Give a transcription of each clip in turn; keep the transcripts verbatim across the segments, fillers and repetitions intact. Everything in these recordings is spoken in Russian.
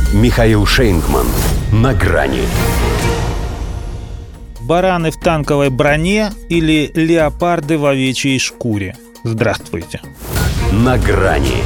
Михаил Шейнгман. На грани. Бараны в танковой броне или леопарды в овечьей шкуре? Здравствуйте. На грани.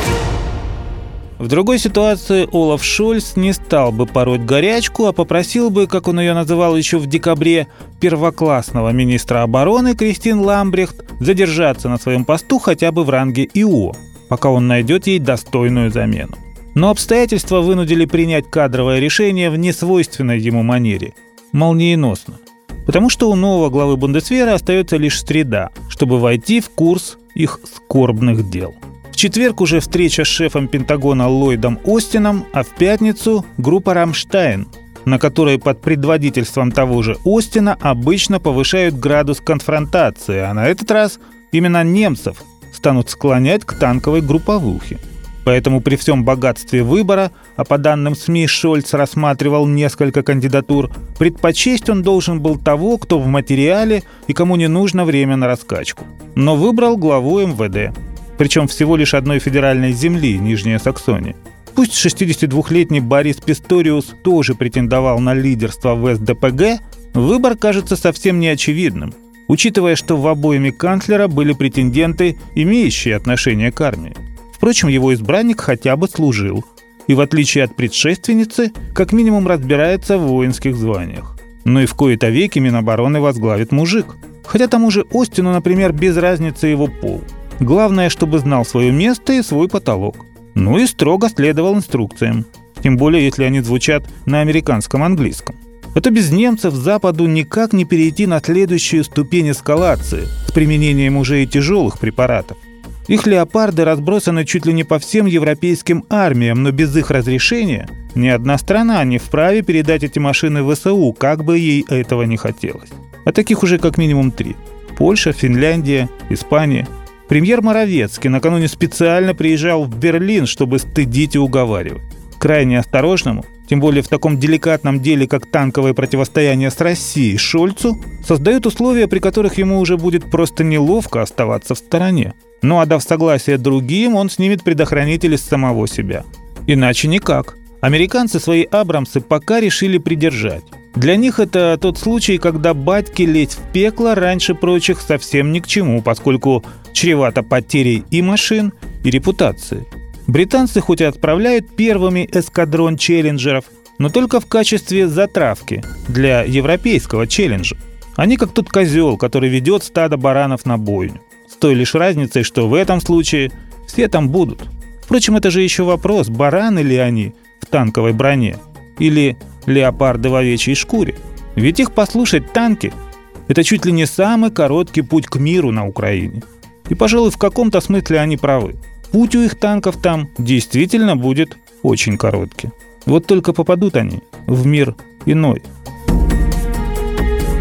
В другой ситуации Олаф Шольц не стал бы пороть горячку, а попросил бы, как он ее называл еще в декабре, первоклассного министра обороны Кристин Ламбрехт задержаться на своем посту хотя бы в ранге ИО, пока он найдет ей достойную замену. Но обстоятельства вынудили принять кадровое решение в несвойственной ему манере – молниеносно. Потому что у нового главы Бундесвера остается лишь среда, чтобы войти в курс их скорбных дел. В четверг уже встреча с шефом Пентагона Ллойдом Остином, а в пятницу группа «Рамштайн», на которой под предводительством того же Остина обычно повышают градус конфронтации, а на этот раз именно немцев станут склонять к танковой групповухе. Поэтому при всем богатстве выбора, а по данным СМИ Шольц рассматривал несколько кандидатур, предпочесть он должен был того, кто в материале и кому не нужно время на раскачку. Но выбрал главу эм вэ дэ. Причем всего лишь одной федеральной земли, Нижняя Саксония. Пусть шестидесятидвухлетний Борис Писториус тоже претендовал на лидерство в эс дэ пэ гэ, выбор кажется совсем неочевидным, учитывая, что в обойме канцлера были претенденты, имеющие отношение к армии. Впрочем, его избранник хотя бы служил, и в отличие от предшественницы, как минимум разбирается в воинских званиях. Но и в кои-то веки Минобороны возглавит мужик. Хотя тому же Остину, например, без разницы его пол. Главное, чтобы знал свое место и свой потолок. Ну и строго следовал инструкциям. Тем более, если они звучат на американском английском. Это без немцев Западу никак не перейти на следующую ступень эскалации с применением уже и тяжелых препаратов. Их леопарды разбросаны чуть ли не по всем европейским армиям, но без их разрешения ни одна страна не вправе передать эти машины в эс у, как бы ей этого не хотелось. А таких уже как минимум три. Польша, Финляндия, Испания. Премьер Моровецкий накануне специально приезжал в Берлин, чтобы стыдить и уговаривать. Крайне осторожному, тем более в таком деликатном деле, как танковое противостояние с Россией, Шольцу создают условия, при которых ему уже будет просто неловко оставаться в стороне. Ну а дав согласие другим, он снимет предохранители с самого себя. Иначе никак. Американцы свои «Абрамсы» пока решили придержать. Для них это тот случай, когда батьке лезть в пекло раньше прочих совсем ни к чему, поскольку чревато потерей и машин, и репутации. Британцы хоть и отправляют первыми эскадрон челленджеров, но только в качестве затравки для европейского челленджа. Они как тот козел, который ведет стадо баранов на бойню. С той лишь разницей, что в этом случае все там будут. Впрочем, это же еще вопрос, бараны ли они в танковой броне или леопарды в овечьей шкуре. Ведь их послушать танки – это чуть ли не самый короткий путь к миру на Украине. И, пожалуй, в каком-то смысле они правы. Путь у их танков там действительно будет очень короткий. Вот только попадут они в мир иной.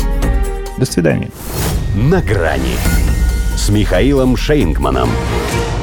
До свидания. На грани с Михаилом Шейнгманом.